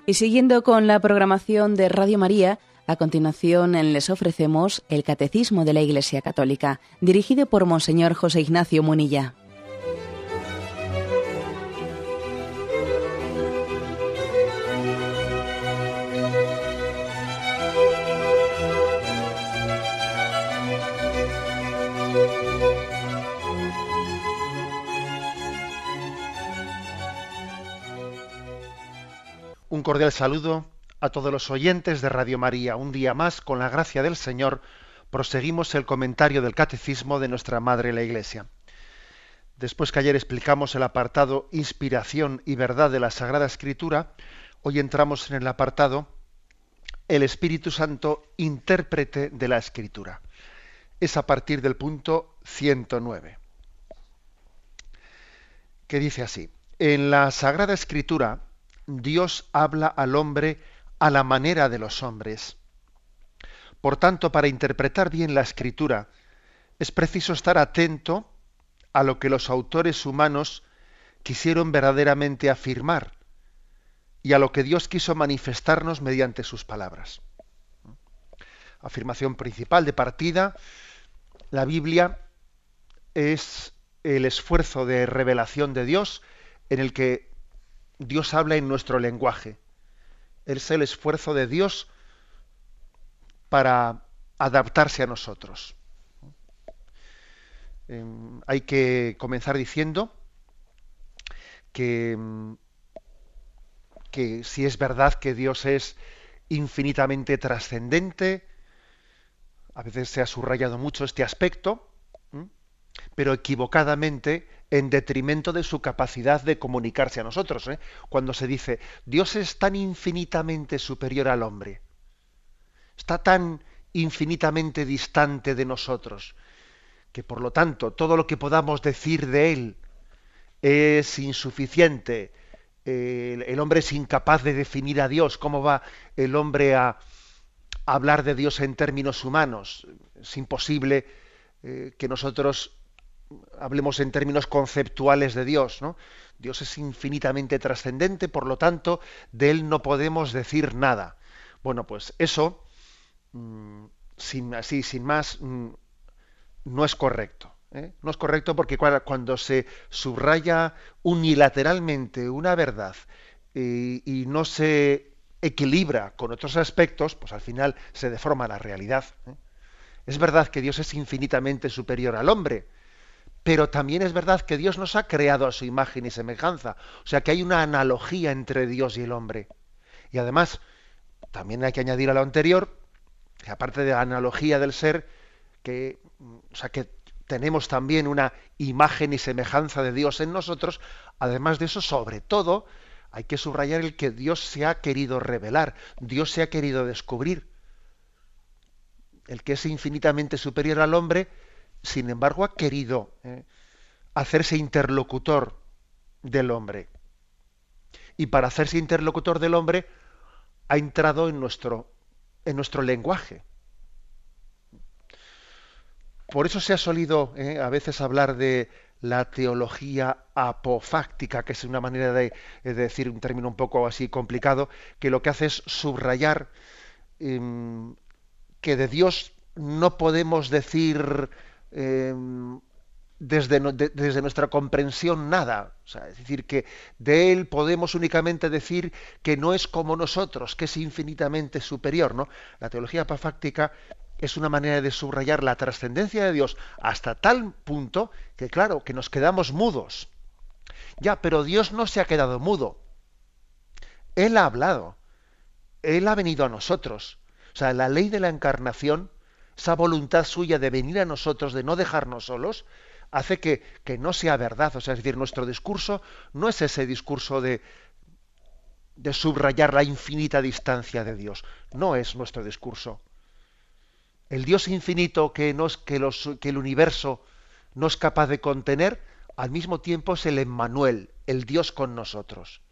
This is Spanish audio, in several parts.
Y siguiendo con la programación de Radio María, a continuación les ofrecemos el Catecismo de la Iglesia Católica, dirigido por Monseñor José Ignacio Munilla. Un cordial saludo a todos los oyentes de Radio María. Un día más, con la gracia del Señor, proseguimos el comentario del Catecismo de nuestra Madre la Iglesia. Después que ayer explicamos el apartado Inspiración y Verdad de la Sagrada Escritura, hoy entramos en el apartado El Espíritu Santo, intérprete de la Escritura. Es a partir del punto 109, que dice así: en la Sagrada Escritura, Dios habla al hombre a la manera de los hombres. Por tanto, para interpretar bien la Escritura, es preciso estar atento a lo que los autores humanos quisieron verdaderamente afirmar y a lo que Dios quiso manifestarnos mediante sus palabras. Afirmación principal de partida: la Biblia es el esfuerzo de revelación de Dios en el que Dios habla en nuestro lenguaje. Es el esfuerzo de Dios para adaptarse a nosotros. Hay que comenzar diciendo que si es verdad que Dios es infinitamente trascendente, a veces se ha subrayado mucho este aspecto, pero equivocadamente en detrimento de su capacidad de comunicarse a nosotros. Cuando se dice Dios es tan infinitamente superior al hombre, está tan infinitamente distante de nosotros, que por lo tanto todo lo que podamos decir de él es insuficiente. El hombre es incapaz de definir a Dios. ¿Cómo va el hombre a hablar de Dios en términos humanos? Es imposible que nosotros hablemos en términos conceptuales de Dios, ¿no? Dios es infinitamente trascendente, por lo tanto, de él no podemos decir nada. Bueno, pues eso, sin más, no es correcto. No es correcto porque cuando se subraya unilateralmente una verdad y no se equilibra con otros aspectos, pues al final se deforma la realidad. Es verdad que Dios es infinitamente superior al hombre, pero también es verdad que Dios nos ha creado a su imagen y semejanza. O sea que hay una analogía entre Dios y el hombre. Y además, también hay que añadir a lo anterior, que aparte de la analogía del ser, que tenemos también una imagen y semejanza de Dios en nosotros. Además de eso, sobre todo, hay que subrayar el que Dios se ha querido revelar, Dios se ha querido descubrir. El que es infinitamente superior al hombre, sin embargo, ha querido hacerse interlocutor del hombre. Y para hacerse interlocutor del hombre, ha entrado en nuestro lenguaje. Por eso se ha solido a veces hablar de la teología apofáctica, que es una manera de decir un término un poco así complicado, que lo que hace es subrayar que de Dios no podemos decir desde nuestra comprensión nada. O sea, es decir, que de él podemos únicamente decir que no es como nosotros, que es infinitamente superior, ¿no? La teología apofáctica es una manera de subrayar la trascendencia de Dios hasta tal punto que, claro, que nos quedamos mudos. Ya, pero Dios no se ha quedado mudo. Él ha hablado. Él ha venido a nosotros. O sea, la ley de la encarnación, esa voluntad suya de venir a nosotros, de no dejarnos solos, hace que no sea verdad. O sea, es decir, nuestro discurso no es ese discurso de subrayar la infinita distancia de Dios. No es nuestro discurso. El Dios infinito que el universo no es capaz de contener, al mismo tiempo es el Emmanuel, el Dios con nosotros.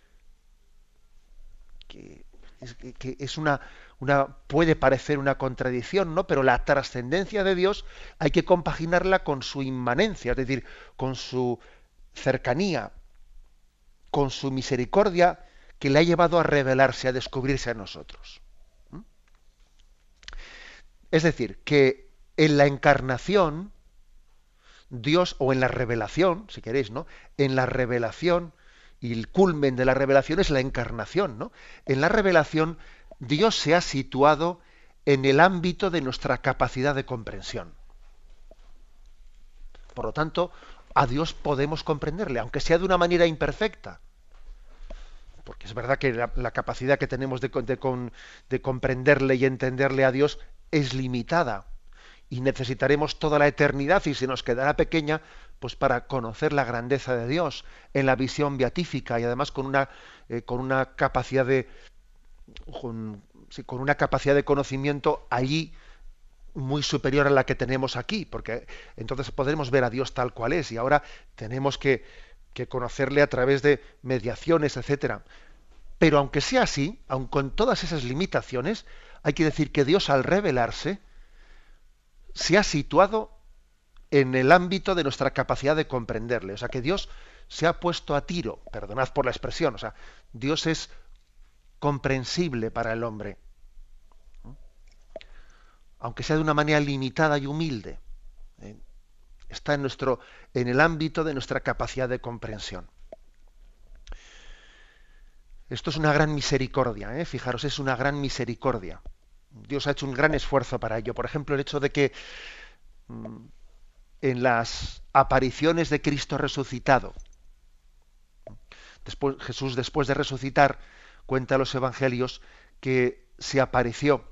Que es puede parecer una contradicción, ¿no? Pero la trascendencia de Dios hay que compaginarla con su inmanencia, es decir, con su cercanía, con su misericordia, que le ha llevado a revelarse, a descubrirse a nosotros. Es decir, que en la encarnación, Dios, o en la revelación, si queréis, ¿no? En la revelación, y el culmen de la revelación es la encarnación, ¿no? En la revelación, Dios se ha situado en el ámbito de nuestra capacidad de comprensión. Por lo tanto, a Dios podemos comprenderle, aunque sea de una manera imperfecta. Porque es verdad que la capacidad que tenemos de comprenderle y entenderle a Dios es limitada. Y necesitaremos toda la eternidad, y se nos quedará pequeña, pues para conocer la grandeza de Dios en la visión beatífica, y además con una capacidad con una capacidad de conocimiento allí muy superior a la que tenemos aquí, porque entonces podremos ver a Dios tal cual es, y ahora tenemos que conocerle a través de mediaciones, etcétera. Pero aunque sea así, aun con todas esas limitaciones, hay que decir que Dios, al revelarse, se ha situado en el ámbito de nuestra capacidad de comprenderle. O sea, que Dios se ha puesto a tiro, perdonad por la expresión, o sea, Dios es comprensible para el hombre, aunque sea de una manera limitada y humilde. Está en el ámbito de nuestra capacidad de comprensión. Esto es una gran misericordia, fijaros, es una gran misericordia. Dios ha hecho un gran esfuerzo para ello. Por ejemplo, el hecho de que en las apariciones de Cristo resucitado, Jesús, después de resucitar, cuenta a los evangelios que se apareció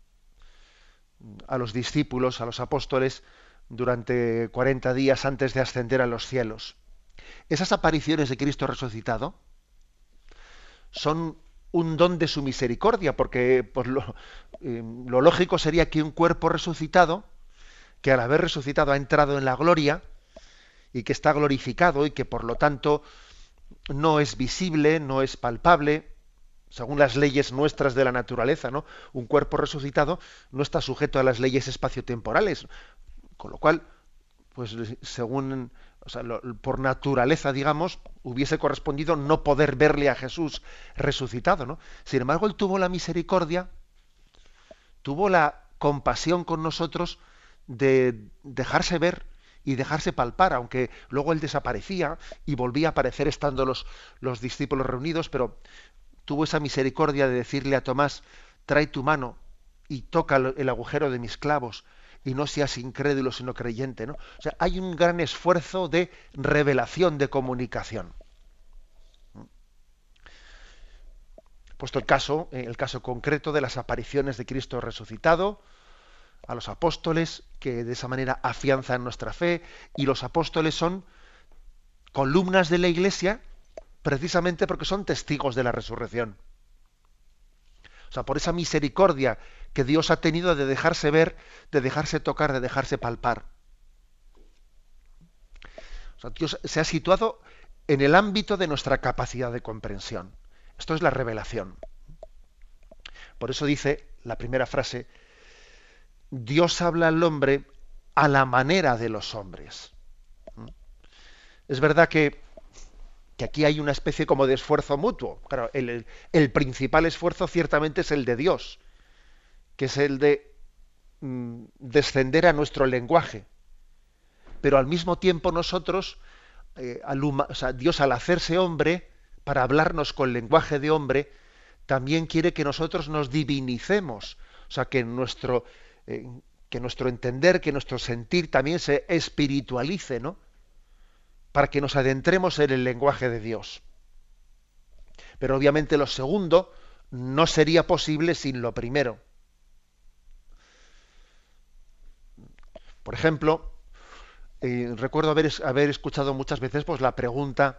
a los discípulos, a los apóstoles, durante 40 días antes de ascender a los cielos. Esas apariciones de Cristo resucitado son un don de su misericordia, porque pues, lo lógico sería que un cuerpo resucitado, que al haber resucitado ha entrado en la gloria y que está glorificado y que por lo tanto no es visible, no es palpable, según las leyes nuestras de la naturaleza, ¿no? Un cuerpo resucitado no está sujeto a las leyes espaciotemporales, con lo cual, pues según, o sea, por naturaleza, digamos, hubiese correspondido no poder verle a Jesús resucitado, ¿no? Sin embargo, él tuvo la misericordia, tuvo la compasión con nosotros de dejarse ver y dejarse palpar, aunque luego él desaparecía y volvía a aparecer estando los discípulos reunidos, pero tuvo esa misericordia de decirle a Tomás: trae tu mano y toca el agujero de mis clavos, y no seas incrédulo sino creyente, ¿no? O sea, hay un gran esfuerzo de revelación, de comunicación. He puesto el caso concreto de las apariciones de Cristo resucitado a los apóstoles, que de esa manera afianzan nuestra fe, y los apóstoles son columnas de la Iglesia precisamente porque son testigos de la resurrección. O sea, por esa misericordia que Dios ha tenido de dejarse ver, de dejarse tocar, de dejarse palpar. O sea, Dios se ha situado en el ámbito de nuestra capacidad de comprensión. Esto es la revelación. Por eso dice la primera frase: Dios habla al hombre a la manera de los hombres. Es verdad que aquí hay una especie como de esfuerzo mutuo. Claro, el principal esfuerzo ciertamente es el de Dios, que es el de descender a nuestro lenguaje. Pero al mismo tiempo nosotros, Dios, al hacerse hombre, para hablarnos con lenguaje de hombre, también quiere que nosotros nos divinicemos. O sea, que nuestro entender, que nuestro sentir también se espiritualice, ¿no? Para que nos adentremos en el lenguaje de Dios. Pero obviamente lo segundo no sería posible sin lo primero. Por ejemplo, recuerdo haber escuchado muchas veces pues la pregunta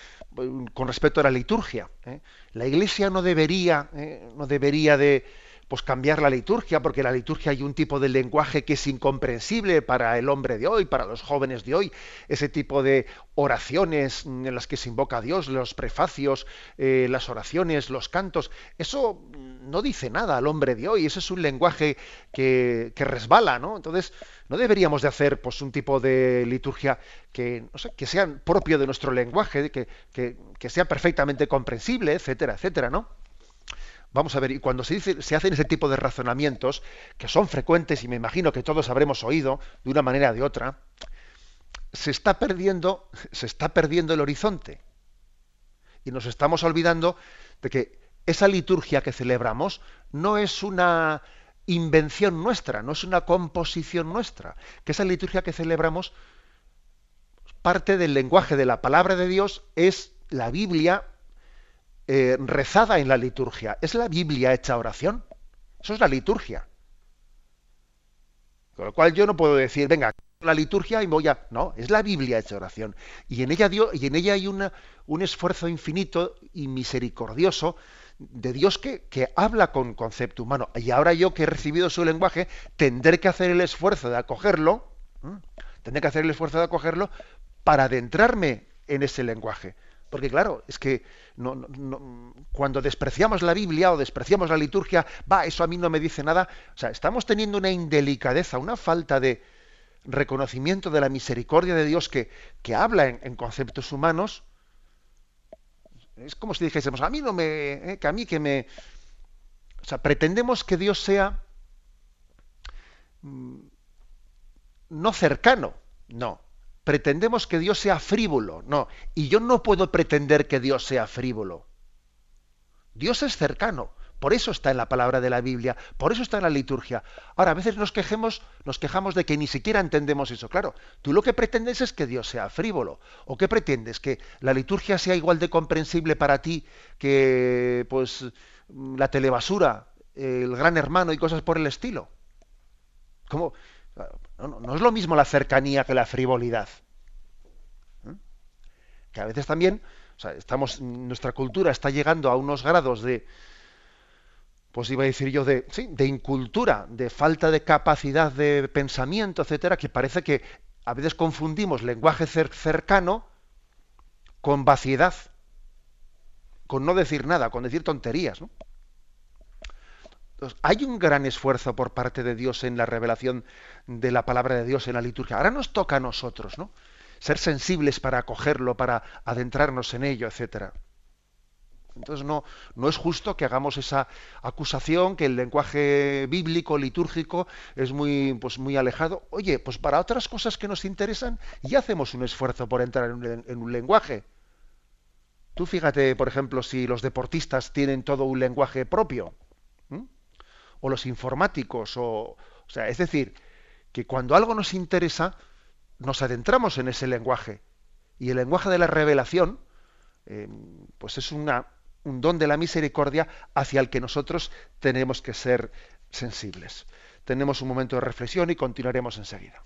con respecto a la liturgia. La Iglesia no debería de pues cambiar la liturgia, porque en la liturgia hay un tipo de lenguaje que es incomprensible para el hombre de hoy, para los jóvenes de hoy, ese tipo de oraciones en las que se invoca a Dios, los prefacios, las oraciones, los cantos, eso no dice nada al hombre de hoy, ese es un lenguaje que resbala, ¿no? Entonces, no deberíamos de hacer pues un tipo de liturgia que, no sé, que sea propio de nuestro lenguaje, que sea perfectamente comprensible, etcétera, etcétera, ¿no? Vamos a ver, y cuando se hacen ese tipo de razonamientos, que son frecuentes y me imagino que todos habremos oído de una manera o de otra, se está perdiendo el horizonte. Y nos estamos olvidando de que esa liturgia que celebramos no es una invención nuestra, no es una composición nuestra, que esa liturgia que celebramos, parte del lenguaje de la palabra de Dios, es la Biblia rezada en la liturgia. Es la Biblia hecha oración. Eso es la liturgia. Con lo cual yo no puedo decir, venga, la liturgia y voy a... No, es la Biblia hecha oración. Y en ella hay un esfuerzo infinito y misericordioso de Dios que habla con concepto humano. Y ahora yo que he recibido su lenguaje, tendré que hacer el esfuerzo de acogerlo, tendré que hacer el esfuerzo de acogerlo para adentrarme en ese lenguaje. Porque claro, es que cuando despreciamos la Biblia o despreciamos la liturgia, eso a mí no me dice nada. O sea, estamos teniendo una indelicadeza, una falta de reconocimiento de la misericordia de Dios que habla en conceptos humanos. Es como si dijésemos, a mí no me... que a mí que me... O sea, pretendemos que Dios sea no cercano, no. Pretendemos que Dios sea frívolo, no. Y yo no puedo pretender que Dios sea frívolo. Dios es cercano, por eso está en la palabra de la Biblia, por eso está en la liturgia. Ahora, a veces nos quejamos de que ni siquiera entendemos eso. Claro, tú lo que pretendes es que Dios sea frívolo. ¿O qué pretendes? ¿Que la liturgia sea igual de comprensible para ti que pues la telebasura, el Gran Hermano y cosas por el estilo? ¿Cómo? No es lo mismo la cercanía que la frivolidad. Que a veces también, o sea, nuestra cultura está llegando a unos grados de, pues iba a decir yo, de incultura, de falta de capacidad de pensamiento, etcétera, que parece que a veces confundimos lenguaje cercano con vaciedad, con no decir nada, con decir tonterías, ¿no? Entonces, hay un gran esfuerzo por parte de Dios en la revelación de la palabra de Dios en la liturgia. Ahora nos toca a nosotros, ¿no? Ser sensibles para acogerlo, para adentrarnos en ello, etcétera. Entonces no es justo que hagamos esa acusación que el lenguaje bíblico, litúrgico, es muy alejado. Oye, pues para otras cosas que nos interesan ya hacemos un esfuerzo por entrar en un lenguaje. Tú fíjate, por ejemplo, si los deportistas tienen todo un lenguaje propio, ¿m? O los informáticos, o sea, es decir, que cuando algo nos interesa, nos adentramos en ese lenguaje. Y el lenguaje de la revelación, pues es un don de la misericordia hacia el que nosotros tenemos que ser sensibles. Tenemos un momento de reflexión y continuaremos enseguida.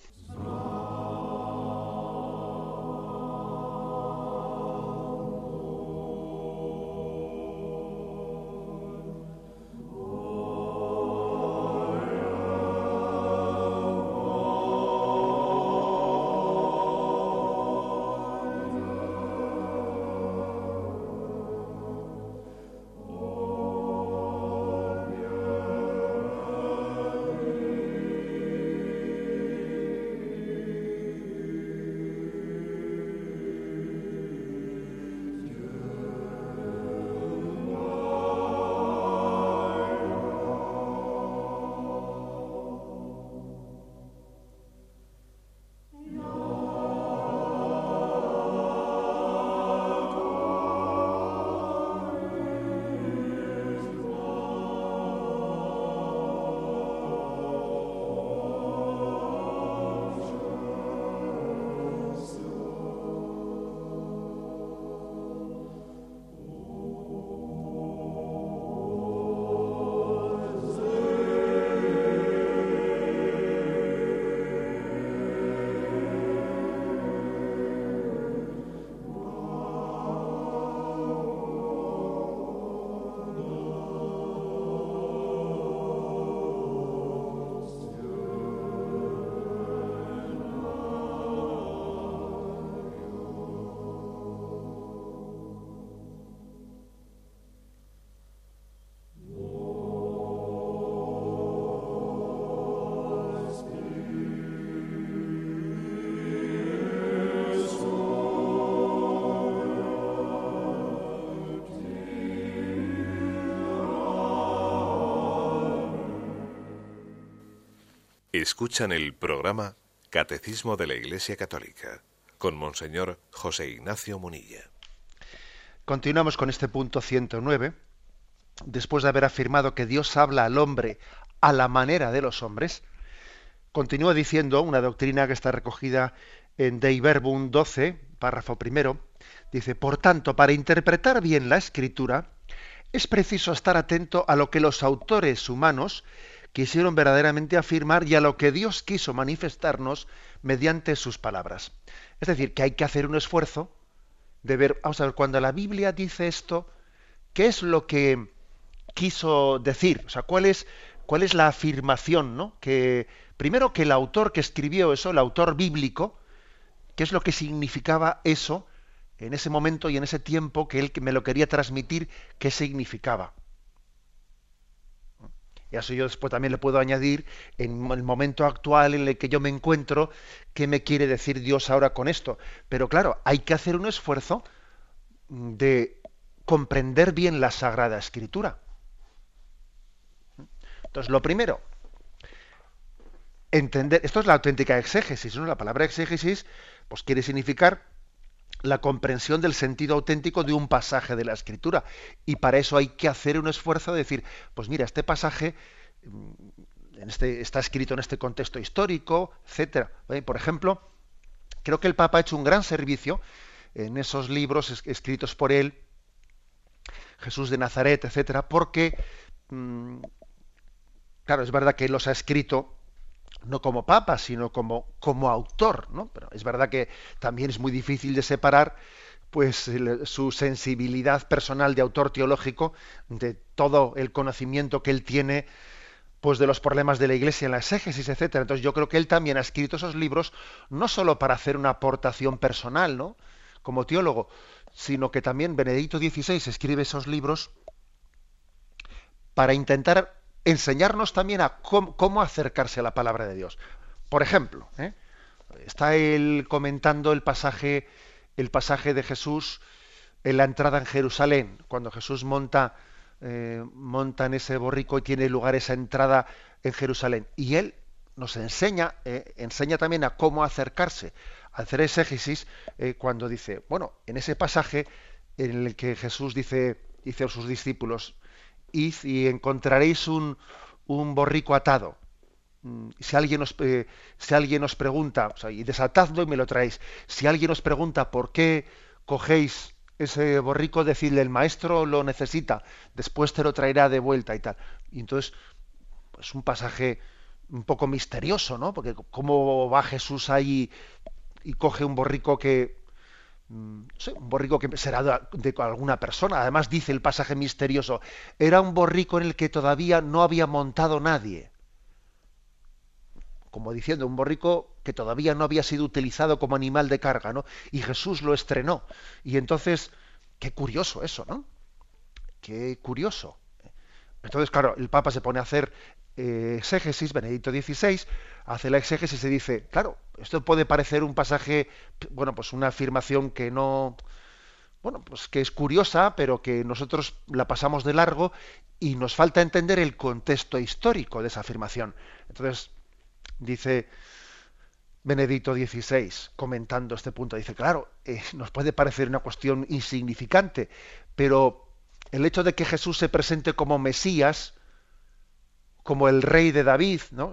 Escuchan el programa Catecismo de la Iglesia Católica con Monseñor José Ignacio Munilla. Continuamos con este punto 109. Después de haber afirmado que Dios habla al hombre a la manera de los hombres, continúa diciendo una doctrina que está recogida en Dei Verbum 12, párrafo primero. Dice: por tanto, para interpretar bien la Escritura, es preciso estar atento a lo que los autores humanos quisieron verdaderamente afirmar y a lo que Dios quiso manifestarnos mediante sus palabras. Es decir, que hay que hacer un esfuerzo de ver, vamos a ver, cuando la Biblia dice esto, ¿qué es lo que quiso decir? O sea, ¿cuál es la afirmación, ¿no? Que primero, que el autor que escribió eso, el autor bíblico, ¿qué es lo que significaba eso en ese momento y en ese tiempo que él me lo quería transmitir? ¿Qué significaba? Y a eso yo después también le puedo añadir, en el momento actual en el que yo me encuentro, qué me quiere decir Dios ahora con esto. Pero claro, hay que hacer un esfuerzo de comprender bien la Sagrada Escritura. Entonces, lo primero, entender, esto es la auténtica exégesis, ¿no? La palabra exégesis pues quiere significar la comprensión del sentido auténtico de un pasaje de la Escritura, y para eso hay que hacer un esfuerzo de decir, pues mira, este pasaje está escrito en este contexto histórico, etcétera. Por ejemplo, creo que el Papa ha hecho un gran servicio en esos libros escritos por él, Jesús de Nazaret, etcétera, porque claro, es verdad que él los ha escrito no como papa, sino como autor, ¿no? Pero es verdad que también es muy difícil de separar pues su sensibilidad personal de autor teológico de todo el conocimiento que él tiene pues de los problemas de la Iglesia en la exégesis, etcétera. Entonces yo creo que él también ha escrito esos libros no solo para hacer una aportación personal, ¿no?, como teólogo, sino que también Benedicto XVI escribe esos libros para intentar enseñarnos también a cómo acercarse a la palabra de Dios. Por ejemplo, está él comentando el pasaje de Jesús en la entrada en Jerusalén, cuando Jesús monta en ese borrico y tiene lugar esa entrada en Jerusalén. Y él nos enseña también a cómo acercarse, a hacer exégesis, cuando dice, bueno, en ese pasaje en el que Jesús dice a sus discípulos: id y encontraréis un borrico atado. Si alguien os pregunta, o sea, y desatadlo y me lo traéis. Si alguien os pregunta por qué cogéis ese borrico, decidle: el maestro lo necesita, después te lo traerá de vuelta y tal. Y entonces, pues un pasaje un poco misterioso, ¿no? Porque cómo va Jesús ahí y coge un borrico un borrico que será de alguna persona. Además dice el pasaje misterioso, era un borrico en el que todavía no había montado nadie. Como diciendo, un borrico que todavía no había sido utilizado como animal de carga, ¿no? Y Jesús lo estrenó. Y entonces, qué curioso eso, ¿no? Qué curioso. Entonces, claro, el Papa se pone a hacer exégesis, Benedicto XVI, hace la exégesis y dice, claro, esto puede parecer un pasaje, bueno, pues una afirmación que no, bueno, pues que es curiosa, pero que nosotros la pasamos de largo y nos falta entender el contexto histórico de esa afirmación. Entonces, dice Benedicto XVI, comentando este punto, dice, claro, nos puede parecer una cuestión insignificante, pero el hecho de que Jesús se presente como Mesías, como el rey de David, ¿no?,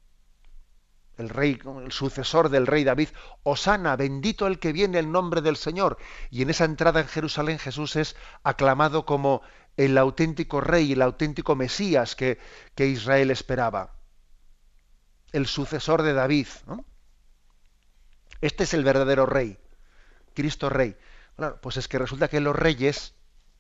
el sucesor del rey David, Hosana, bendito el que viene en nombre del Señor. Y en esa entrada en Jerusalén Jesús es aclamado como el auténtico rey, el auténtico Mesías que Israel esperaba. El sucesor de David, ¿no? Este es el verdadero rey, Cristo Rey. Claro, pues es que resulta que los reyes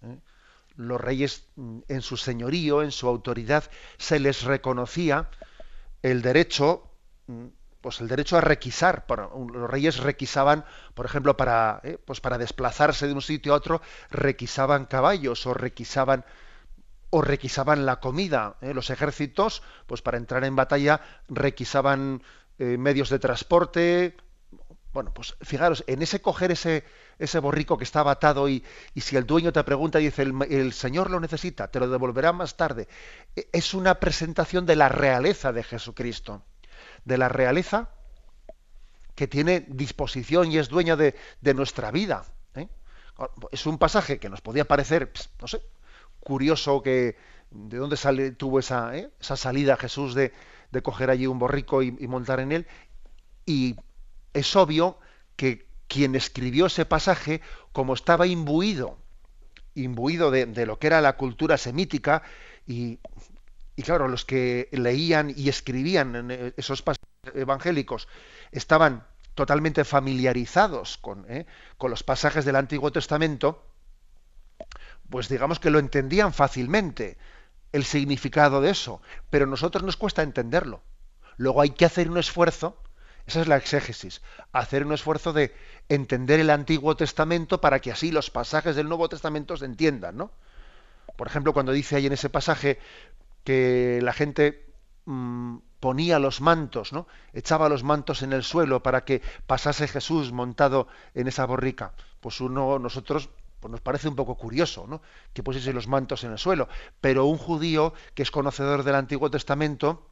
en su señorío, en su autoridad, se les reconocía el derecho, pues el derecho a requisar. Los reyes requisaban, por ejemplo, para desplazarse de un sitio a otro, requisaban caballos o requisaban la comida. Los ejércitos, pues para entrar en batalla, requisaban medios de transporte. Bueno, pues fijaros, en ese coger ese borrico que estaba atado y si el dueño te pregunta y dice el Señor lo necesita, te lo devolverá más tarde. Es una presentación de la realeza de Jesucristo. de la realeza que tiene disposición y es dueña de nuestra vida. Es un pasaje que nos podía parecer, no sé, curioso, que de dónde tuvo esa salida Jesús de coger allí un borrico y montar en él. Y es obvio que quien escribió ese pasaje, como estaba imbuido de lo que era la cultura semítica, y claro, los que leían y escribían en esos pasajes evangélicos estaban totalmente familiarizados con los pasajes del Antiguo Testamento, pues digamos que lo entendían fácilmente, el significado de eso, pero a nosotros nos cuesta entenderlo. Luego hay que hacer un esfuerzo, esa es la exégesis, hacer un esfuerzo de entender el Antiguo Testamento para que así los pasajes del Nuevo Testamento se entiendan, ¿no? Por ejemplo, cuando dice ahí en ese pasaje que la gente ponía los mantos, ¿no? Echaba los mantos en el suelo para que pasase Jesús montado en esa borrica. Pues nosotros pues nos parece un poco curioso, ¿no? Que pusiese los mantos en el suelo, pero un judío que es conocedor del Antiguo Testamento,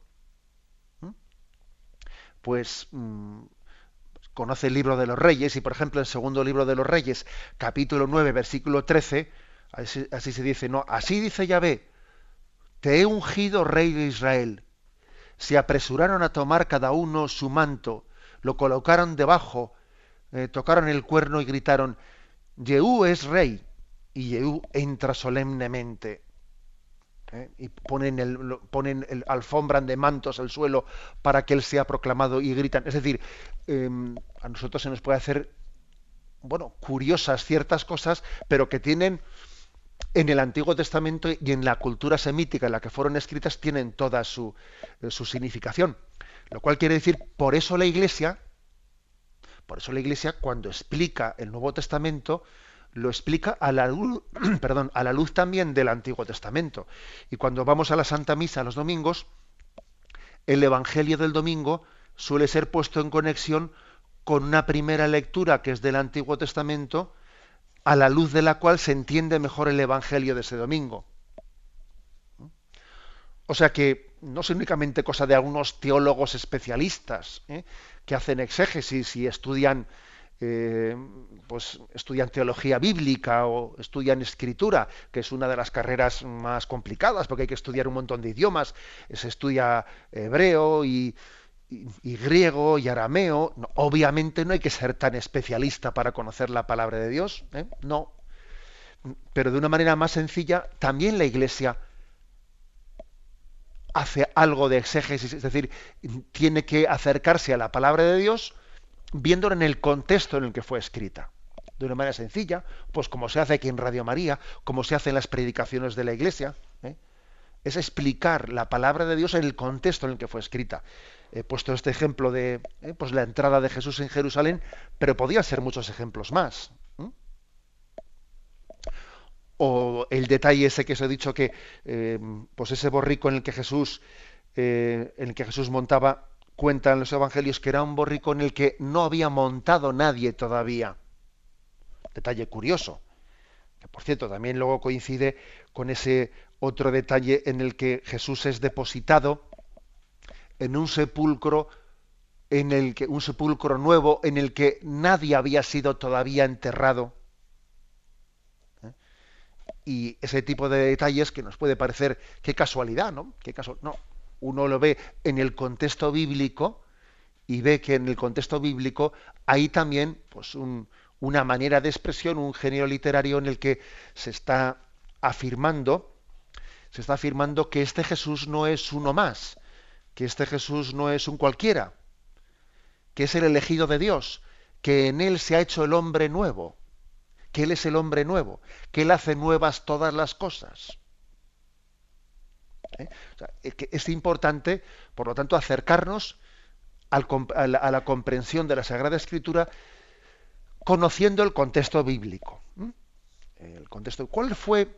pues conoce el libro de los Reyes, y por ejemplo el segundo libro de los Reyes, capítulo 9, versículo 13, así se dice, no, así dice Yahvé: te he ungido rey de Israel. Se apresuraron a tomar cada uno su manto, lo colocaron debajo, tocaron el cuerno y gritaron: Jehú es rey. Y Jehú entra solemnemente. Y alfombran de mantos el suelo para que él sea proclamado, y gritan. Es decir, a nosotros se nos puede hacer, bueno, curiosas ciertas cosas, pero que tienen en el Antiguo Testamento y en la cultura semítica en la que fueron escritas, tienen toda su significación. Lo cual quiere decir, por eso la Iglesia, cuando explica el Nuevo Testamento, lo explica a la luz, a la luz también del Antiguo Testamento. Y cuando vamos a la Santa Misa los domingos, el Evangelio del domingo suele ser puesto en conexión con una primera lectura que es del Antiguo Testamento, a la luz de la cual se entiende mejor el Evangelio de ese domingo. O sea que no es únicamente cosa de algunos teólogos especialistas, que hacen exégesis y estudian teología bíblica o estudian escritura, que es una de las carreras más complicadas porque hay que estudiar un montón de idiomas. Se estudia hebreo y griego y arameo. No, obviamente no hay que ser tan especialista para conocer la palabra de Dios, no. Pero de una manera más sencilla, también la Iglesia hace algo de exégesis, es decir, tiene que acercarse a la palabra de Dios viéndola en el contexto en el que fue escrita. De una manera sencilla, pues como se hace aquí en Radio María, como se hace en las predicaciones de la Iglesia, es explicar la palabra de Dios en el contexto en el que fue escrita. He puesto este ejemplo de pues la entrada de Jesús en Jerusalén, pero podían ser muchos ejemplos más. O el detalle ese que os he dicho, que pues ese borrico en el que Jesús montaba, cuentan los evangelios que era un borrico en el que no había montado nadie todavía. Detalle curioso, que por cierto también luego coincide con ese otro detalle en el que Jesús es depositado en un sepulcro nuevo en el que nadie había sido todavía enterrado. Y ese tipo de detalles que nos puede parecer qué casualidad, ¿no? No, uno lo ve en el contexto bíblico y ve que en el contexto bíblico hay también pues una manera de expresión, un género literario en el que se está afirmando que este Jesús no es uno más, que este Jesús no es un cualquiera, que es el elegido de Dios, que en él se ha hecho el hombre nuevo, que él es el hombre nuevo, que él hace nuevas todas las cosas. O sea, que es importante, por lo tanto, acercarnos a la comprensión de la Sagrada Escritura conociendo el contexto bíblico. El contexto. ¿Cuál fue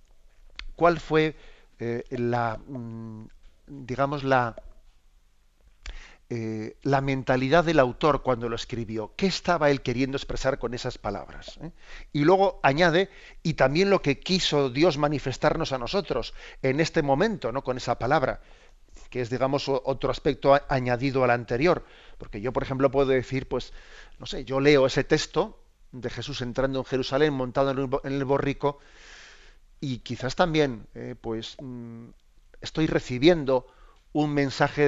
la mentalidad del autor cuando lo escribió? ¿Qué estaba él queriendo expresar con esas palabras? Y luego añade, y también lo que quiso Dios manifestarnos a nosotros en este momento, ¿no? Con esa palabra. que es, digamos, otro aspecto añadido al anterior. Porque yo, por ejemplo, puedo decir, pues, no sé, yo leo ese texto de Jesús entrando en Jerusalén, montado en el borrico, y quizás también, pues, estoy recibiendo un mensaje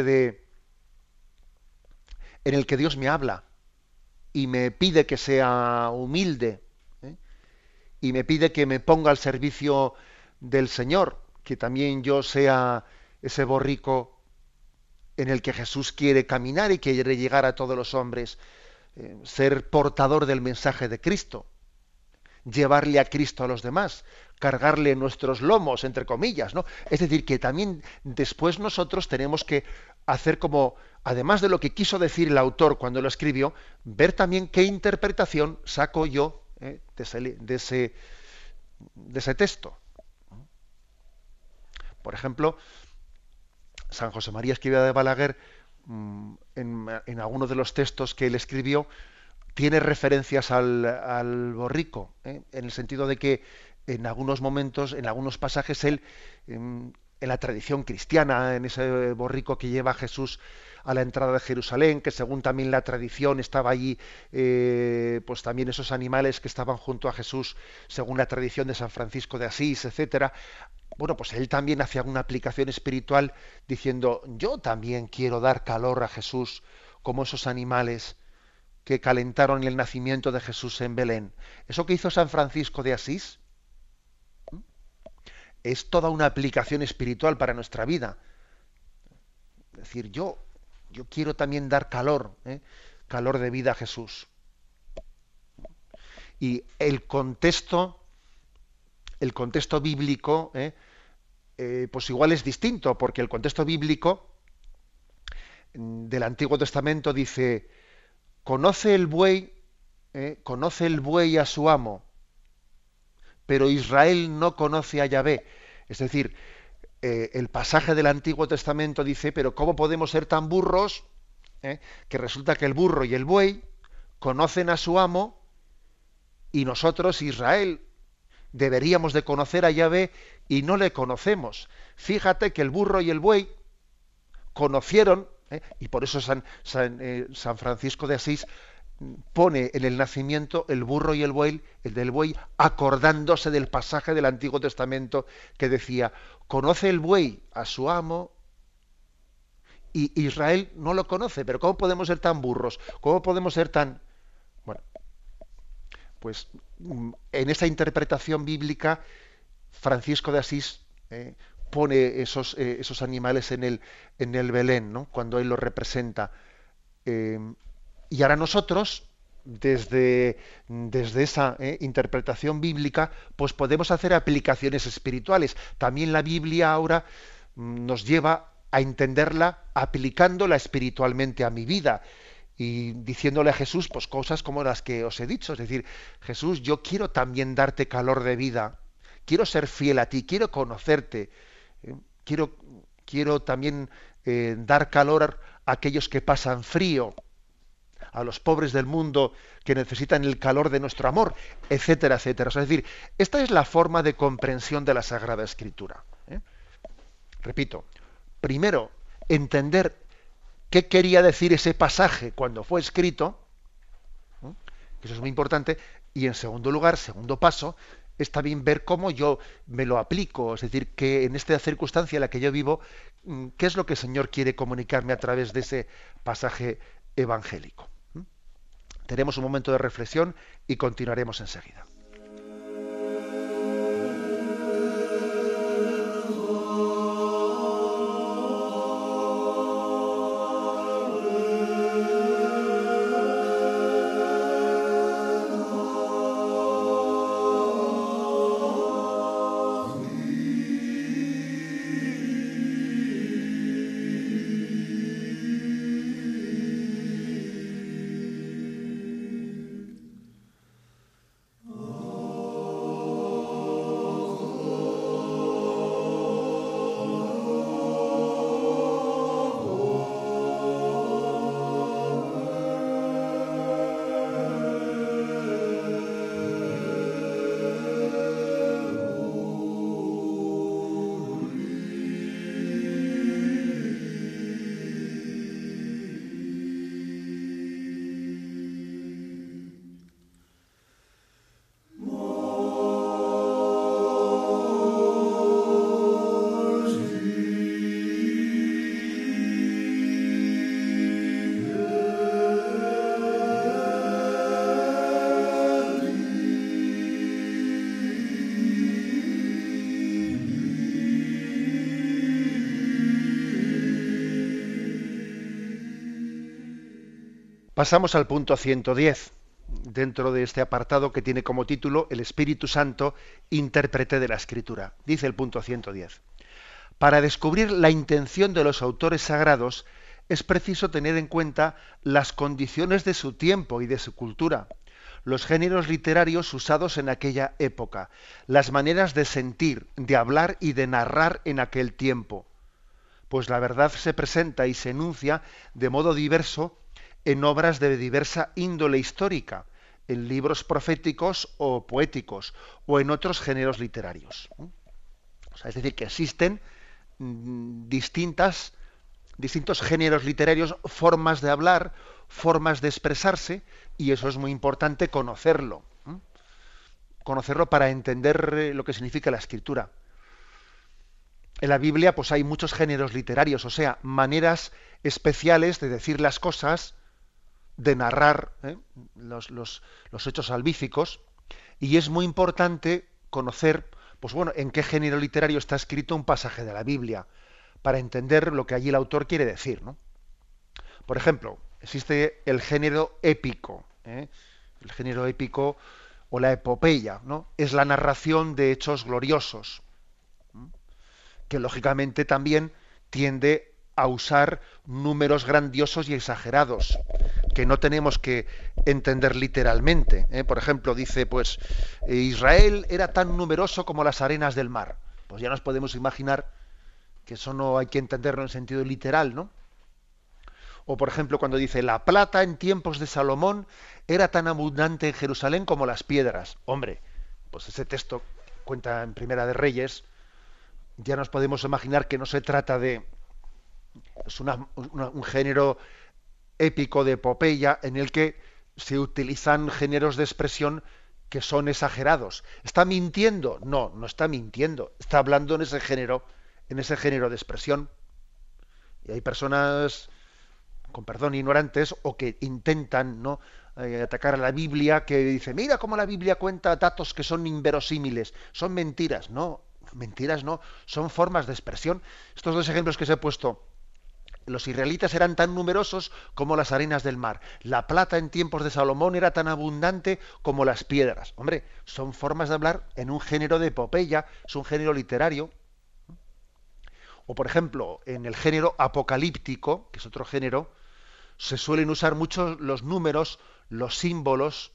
en el que Dios me habla y me pide que sea humilde, ¿eh? Y me pide que me ponga al servicio del Señor, que también yo sea ese borrico en el que Jesús quiere caminar y quiere llegar a todos los hombres, ser portador del mensaje de Cristo, llevarle a Cristo a los demás, cargarle nuestros lomos, entre comillas, ¿no? Es decir, que también después nosotros tenemos que hacer como, además de lo que quiso decir el autor cuando lo escribió, ver también qué interpretación saco yo de ese texto. Por ejemplo, San José María Escrivá de Balaguer, en algunos de los textos que él escribió, tiene referencias al borrico, en el sentido de que en algunos momentos, en algunos pasajes, él, en la tradición cristiana, en ese borrico que lleva a Jesús a la entrada de Jerusalén, que según también la tradición estaba allí, pues también esos animales que estaban junto a Jesús, según la tradición de San Francisco de Asís, etcétera. Bueno, pues él también hacía una aplicación espiritual diciendo, yo también quiero dar calor a Jesús como esos animales que calentaron el nacimiento de Jesús en Belén. Eso que hizo San Francisco de Asís es toda una aplicación espiritual para nuestra vida. Es decir, yo quiero también dar calor, calor de vida a Jesús. Y el contexto bíblico, pues igual es distinto, porque el contexto bíblico del Antiguo Testamento dice, conoce el buey a su amo, pero Israel no conoce a Yahvé. Es decir, el pasaje del Antiguo Testamento dice, pero ¿cómo podemos ser tan burros? Que resulta que el burro y el buey conocen a su amo y nosotros, Israel, deberíamos de conocer a Yahvé y no le conocemos. Fíjate que el burro y el buey conocieron, y por eso San Francisco de Asís pone en el nacimiento el burro y el del buey, acordándose del pasaje del Antiguo Testamento que decía, conoce el buey a su amo y Israel no lo conoce, pero ¿cómo podemos ser tan burros? ¿Cómo podemos ser tan... Bueno, pues en esa interpretación bíblica, Francisco de Asís pone esos animales en el Belén, ¿no? Cuando él los representa. Eh, y ahora nosotros, desde esa interpretación bíblica, pues podemos hacer aplicaciones espirituales. También la Biblia ahora nos lleva a entenderla aplicándola espiritualmente a mi vida y diciéndole a Jesús pues cosas como las que os he dicho. Es decir, Jesús, yo quiero también darte calor de vida, quiero ser fiel a ti, quiero conocerte, quiero también dar calor a aquellos que pasan frío, a los pobres del mundo que necesitan el calor de nuestro amor, etcétera, etcétera. Es decir, esta es la forma de comprensión de la Sagrada Escritura. Repito, primero, entender qué quería decir ese pasaje cuando fue escrito, que eso es muy importante, y en segundo lugar, segundo paso, es también ver cómo yo me lo aplico, es decir, que en esta circunstancia en la que yo vivo, qué es lo que el Señor quiere comunicarme a través de ese pasaje evangélico. Tenemos un momento de reflexión y continuaremos enseguida. Oh Pasamos al punto 110, dentro de este apartado que tiene como título El Espíritu Santo, intérprete de la Escritura. Dice el punto 110. Para descubrir la intención de los autores sagrados es preciso tener en cuenta las condiciones de su tiempo y de su cultura, los géneros literarios usados en aquella época, las maneras de sentir, de hablar y de narrar en aquel tiempo. Pues la verdad se presenta y se enuncia de modo diverso en obras de diversa índole histórica, en libros proféticos o poéticos, o en otros géneros literarios. O sea, es decir, que existen distintos géneros literarios, formas de hablar, formas de expresarse, y eso es muy importante conocerlo. Conocerlo para entender lo que significa la escritura. En la Biblia pues hay muchos géneros literarios, o sea, maneras especiales de decir las cosas, de narrar los hechos salvíficos, y es muy importante conocer, pues bueno, en qué género literario está escrito un pasaje de la Biblia, para entender lo que allí el autor quiere decir, ¿no? Por ejemplo, existe el género épico, el género épico o la epopeya, ¿no? Es la narración de hechos gloriosos, que lógicamente también tiende a usar números grandiosos y exagerados, que no tenemos que entender literalmente. Por ejemplo, dice, pues, Israel era tan numeroso como las arenas del mar. Pues ya nos podemos imaginar que eso no hay que entenderlo en sentido literal, ¿no? O, por ejemplo, cuando dice, la plata en tiempos de Salomón era tan abundante en Jerusalén como las piedras. Hombre, pues ese texto cuenta en Primera de Reyes. Ya nos podemos imaginar que no se trata de... Es un género épico de epopeya en el que se utilizan géneros de expresión que son exagerados. ¿Está mintiendo? No, no está mintiendo. Está hablando en ese género de expresión. Y hay personas, con perdón, ignorantes, o que intentan, ¿no?, atacar a la Biblia, que dice, mira cómo la Biblia cuenta datos que son inverosímiles, son mentiras. No, mentiras no, son formas de expresión. Estos dos ejemplos que os he puesto, los israelitas eran tan numerosos como las arenas del mar. La plata en tiempos de Salomón era tan abundante como las piedras. Hombre, son formas de hablar en un género de epopeya, es un género literario. O, por ejemplo, en el género apocalíptico, que es otro género, se suelen usar mucho los números, los símbolos.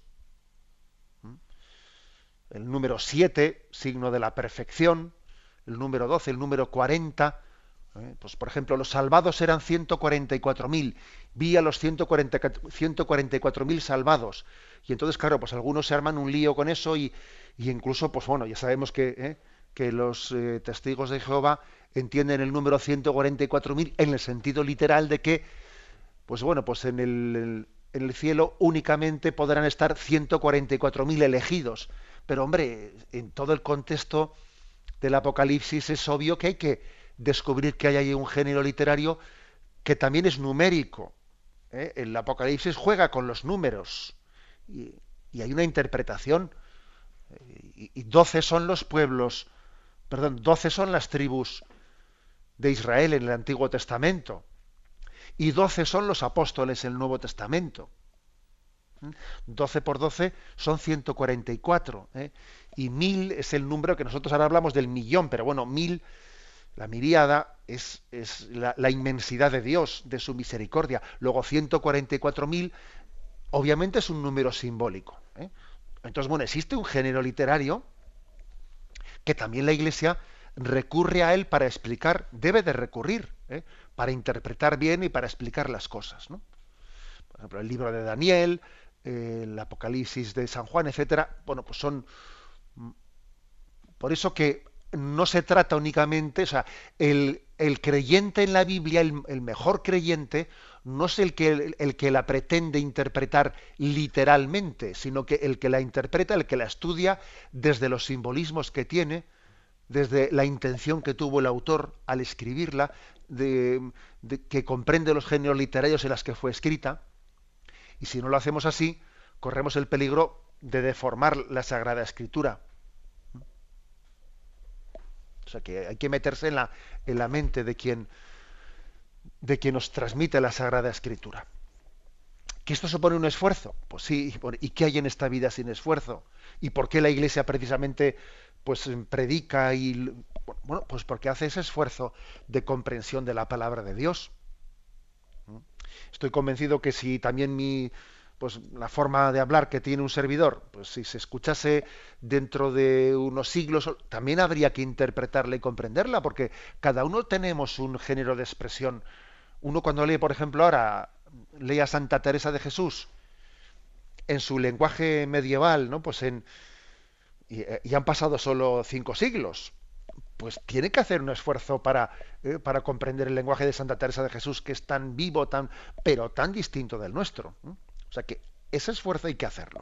El número 7, signo de la perfección. El número 12, el número 40. Pues, por ejemplo, los salvados eran 144.000. Vi a los 144.000 salvados. Y entonces, claro, pues algunos se arman un lío con eso y incluso, pues bueno, ya sabemos que los testigos de Jehová entienden el número 144.000 en el sentido literal de que, pues bueno, pues en el cielo únicamente podrán estar 144.000 elegidos. Pero, hombre, en todo el contexto del Apocalipsis es obvio que hay que descubrir que hay ahí un género literario que también es numérico. El Apocalipsis juega con los números y hay una interpretación. Y 12 son los pueblos, 12 son las tribus de Israel en el Antiguo Testamento y 12 son los apóstoles en el Nuevo Testamento. 12 por 12 son 144, y 1000 es el número que nosotros ahora hablamos del millón, pero bueno, 1000, la miríada, es la inmensidad de Dios, de su misericordia. Luego 144.000 obviamente es un número simbólico. Entonces, bueno, existe un género literario que también la Iglesia recurre a él para explicar, debe de recurrir, para interpretar bien y para explicar las cosas, ¿no? Por ejemplo, el libro de Daniel, el Apocalipsis de San Juan, etcétera. Bueno, pues son... Por eso que no se trata únicamente, o sea, el creyente en la Biblia, el mejor creyente, no es el que la pretende interpretar literalmente, sino que el que la interpreta, el que la estudia desde los simbolismos que tiene, desde la intención que tuvo el autor al escribirla, que comprende los géneros literarios en los que fue escrita. Y si no lo hacemos así, corremos el peligro de deformar la Sagrada Escritura. O sea que hay que meterse en la mente de quien nos transmite la Sagrada Escritura. ¿Que esto supone un esfuerzo? Pues sí. ¿Y qué hay en esta vida sin esfuerzo? ¿Y por qué la Iglesia precisamente pues predica y bueno, pues porque hace ese esfuerzo de comprensión de la palabra de Dios? Estoy convencido que si también pues la forma de hablar que tiene un servidor, pues si se escuchase dentro de unos siglos, también habría que interpretarla y comprenderla, porque cada uno tenemos un género de expresión. Uno cuando lee, por ejemplo, ahora lee a Santa Teresa de Jesús en su lenguaje medieval, ¿no? Y han pasado solo 5 siglos. Pues tiene que hacer un esfuerzo para comprender el lenguaje de Santa Teresa de Jesús, que es tan vivo, pero tan distinto del nuestro. O sea que ese esfuerzo hay que hacerlo.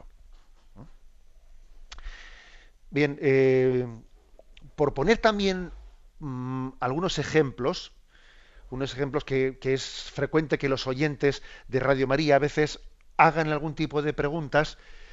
Bien, por poner también algunos ejemplos, unos ejemplos que es frecuente que los oyentes de Radio María a veces hagan algún tipo de preguntas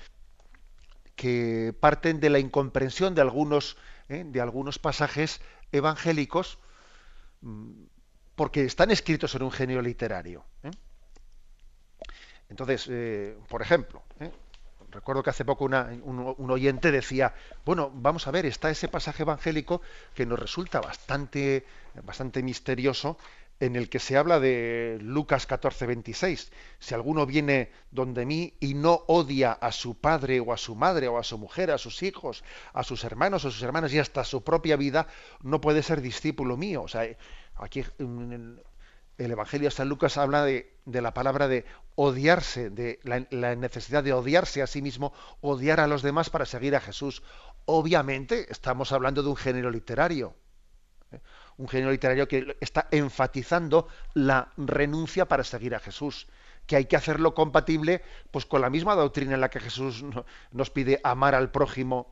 que parten de la incomprensión de algunos pasajes evangélicos, porque están escritos en un género literario. Entonces, por ejemplo, recuerdo que hace poco un oyente decía, bueno, vamos a ver, está ese pasaje evangélico que nos resulta bastante misterioso, en el que se habla de Lucas 14:26. Si alguno viene donde mí y no odia a su padre o a su madre o a su mujer, a sus hijos, a sus hermanos o sus hermanas y hasta su propia vida, no puede ser discípulo mío. O sea, aquí el Evangelio de San Lucas habla de la palabra de odiarse, de la necesidad de odiarse a sí mismo, odiar a los demás para seguir a Jesús. Obviamente estamos hablando de un género literario. Un género literario que está enfatizando la renuncia para seguir a Jesús, que hay que hacerlo compatible pues con la misma doctrina en la que Jesús nos pide amar al prójimo,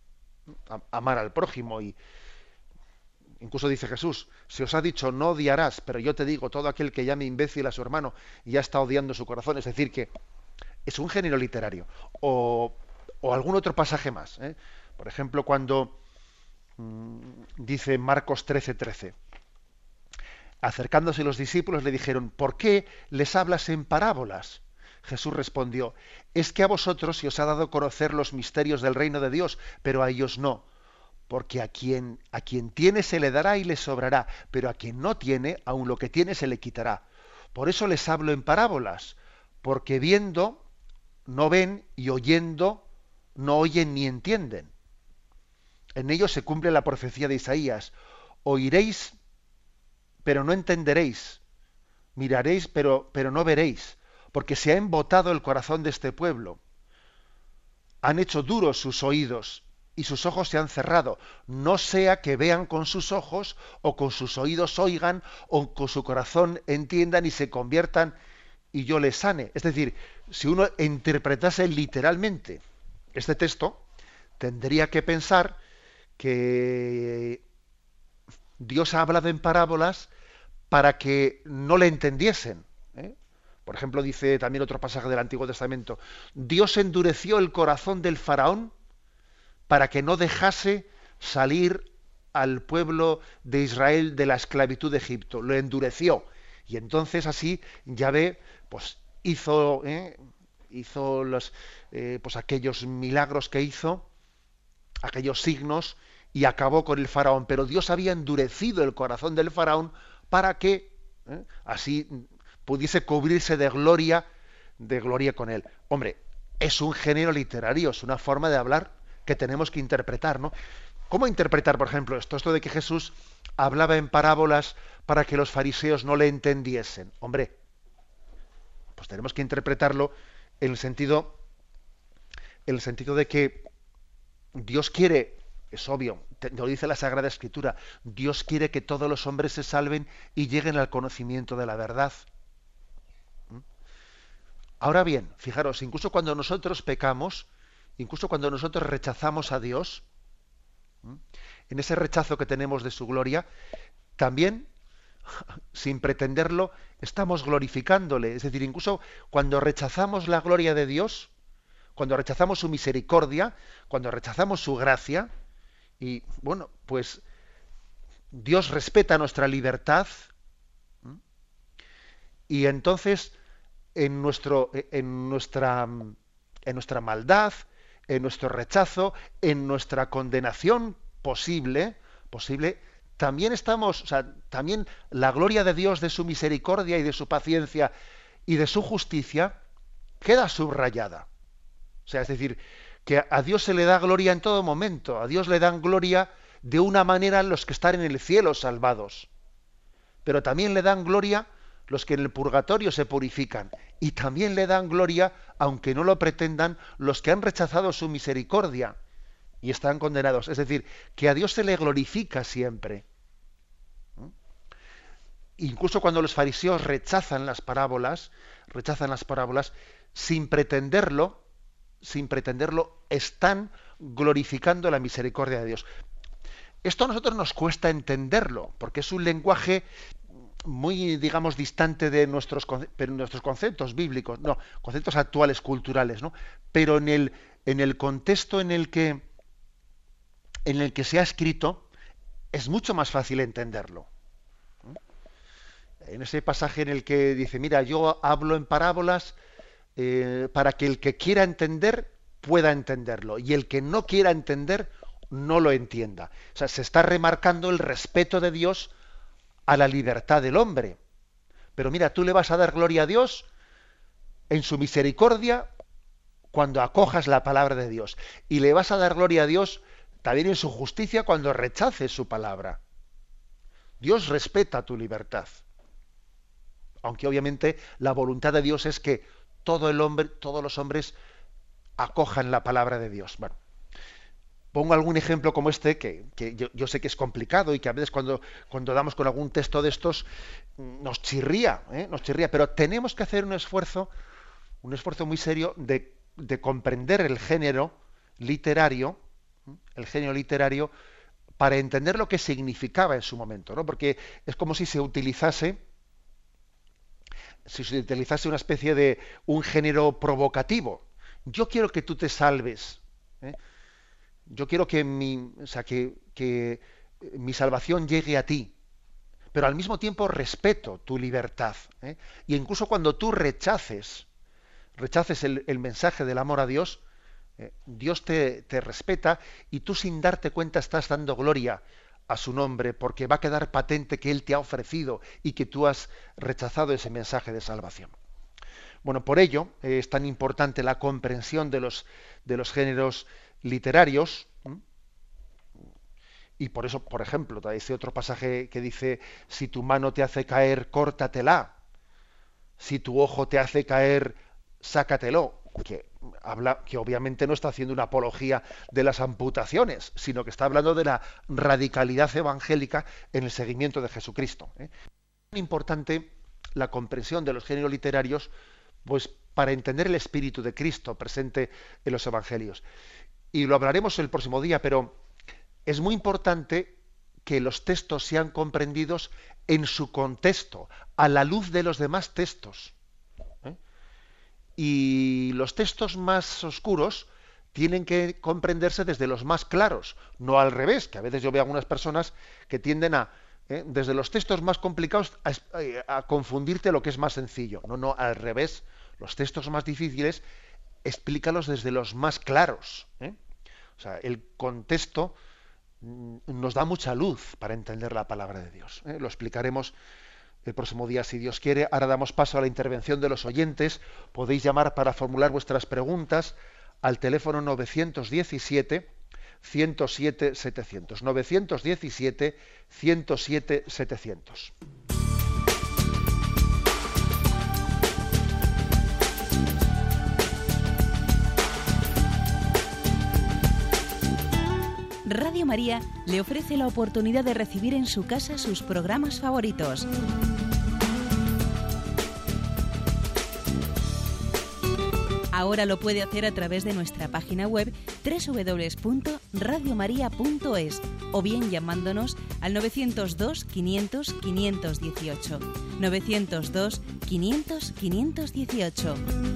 y incluso dice Jesús, se os ha dicho no odiarás, pero yo te digo, todo aquel que llame imbécil a su hermano ya está odiando su corazón. Es decir, que es un género literario. O algún otro pasaje más. Por ejemplo, cuando dice Marcos 13:13. Acercándose los discípulos le dijeron, ¿por qué les hablas en parábolas? Jesús respondió, es que a vosotros se os ha dado a conocer los misterios del reino de Dios, pero a ellos no. Porque a quien tiene se le dará y le sobrará, pero a quien no tiene, aun lo que tiene se le quitará. Por eso les hablo en parábolas, porque viendo no ven y oyendo no oyen ni entienden. En ellos se cumple la profecía de Isaías. Oiréis, pero no entenderéis. Miraréis, pero no veréis. Porque se ha embotado el corazón de este pueblo. Han hecho duros sus oídos y sus ojos se han cerrado. No sea que vean con sus ojos o con sus oídos oigan o con su corazón entiendan y se conviertan y yo les sane. Es decir, si uno interpretase literalmente este texto, tendría que pensar que Dios ha hablado en parábolas para que no le entendiesen. Por ejemplo, dice también otro pasaje del Antiguo Testamento, Dios endureció el corazón del faraón para que no dejase salir al pueblo de Israel de la esclavitud de Egipto. Lo endureció. Y entonces así Yahvé pues hizo pues aquellos milagros que hizo, aquellos signos, y acabó con el faraón. Pero Dios había endurecido el corazón del faraón para que así pudiese cubrirse de gloria con él. Hombre, es un género literario, es una forma de hablar que tenemos que interpretar, ¿no? ¿Cómo interpretar, por ejemplo, esto de que Jesús hablaba en parábolas para que los fariseos no le entendiesen? Hombre, pues tenemos que interpretarlo en el sentido de que Dios quiere, es obvio, lo dice la Sagrada Escritura, Dios quiere que todos los hombres se salven y lleguen al conocimiento de la verdad. Ahora bien, fijaros, incluso cuando nosotros pecamos, incluso cuando nosotros rechazamos a Dios, en ese rechazo que tenemos de su gloria, también, sin pretenderlo, estamos glorificándole. Es decir, incluso cuando rechazamos la gloria de Dios, cuando rechazamos su misericordia, cuando rechazamos su gracia, y bueno, pues Dios respeta nuestra libertad, y entonces en nuestra maldad, en nuestro rechazo, en nuestra condenación posible, también estamos, también la gloria de Dios, de su misericordia y de su paciencia y de su justicia queda subrayada. O sea, es decir, que a Dios se le da gloria en todo momento. A Dios le dan gloria de una manera los que están en el cielo salvados. Pero también le dan gloria los que en el purgatorio se purifican. Y también le dan gloria, aunque no lo pretendan, los que han rechazado su misericordia y están condenados. Es decir, que a Dios se le glorifica siempre. Incluso cuando los fariseos rechazan las parábolas, sin pretenderlo, están glorificando la misericordia de Dios. Esto a nosotros nos cuesta entenderlo, porque es un lenguaje muy, digamos, distante de nuestros conceptos bíblicos, no, conceptos actuales, culturales, ¿no? Pero en el contexto en el que se ha escrito, es mucho más fácil entenderlo. En ese pasaje en el que dice, mira, yo hablo en parábolas para que el que quiera entender pueda entenderlo, y el que no quiera entender no lo entienda. O sea, se está remarcando el respeto de Dios a la libertad del hombre. Pero mira, tú le vas a dar gloria a Dios en su misericordia cuando acojas la palabra de Dios, y le vas a dar gloria a Dios también en su justicia cuando rechaces su palabra. Dios respeta tu libertad. Aunque obviamente la voluntad de Dios es que todos los hombres acojan la palabra de Dios. Bueno, pongo algún ejemplo como este, que yo sé que es complicado y que a veces cuando damos con algún texto de estos nos chirría, pero tenemos que hacer un esfuerzo muy serio de comprender el género literario, para entender lo que significaba en su momento, ¿no? Porque es como si se utilizase una especie de un género provocativo. Yo quiero que tú te salves. Yo quiero que que mi salvación llegue a ti. Pero al mismo tiempo respeto tu libertad. Y incluso cuando tú rechaces el mensaje del amor a Dios, Dios te respeta, y tú sin darte cuenta estás dando gloria a su nombre, porque va a quedar patente que Él te ha ofrecido y que tú has rechazado ese mensaje de salvación. Bueno, por ello es tan importante la comprensión de los géneros literarios, y por eso, por ejemplo, dice otro pasaje que dice: si tu mano te hace caer, córtatela; si tu ojo te hace caer, sácatelo. Que habla, que obviamente no está haciendo una apología de las amputaciones, sino que está hablando de la radicalidad evangélica en el seguimiento de Jesucristo. Es muy importante la comprensión de los géneros literarios, pues para entender el espíritu de Cristo presente en los evangelios. Y lo hablaremos el próximo día, pero es muy importante que los textos sean comprendidos en su contexto, a la luz de los demás textos. Y los textos más oscuros tienen que comprenderse desde los más claros, no al revés, que a veces yo veo a algunas personas que tienden desde los textos más complicados a confundirte lo que es más sencillo. No, al revés. Los textos más difíciles, explícalos desde los más claros. O sea, el contexto nos da mucha luz para entender la palabra de Dios. Lo explicaremos el próximo día, si Dios quiere. Ahora damos paso a la intervención de los oyentes. Podéis llamar para formular vuestras preguntas al teléfono 917 107 700. 917 107 700. Radio María le ofrece la oportunidad de recibir en su casa sus programas favoritos. Ahora lo puede hacer a través de nuestra página web www.radiomaria.es o bien llamándonos al 902 500 518. 902 500 518.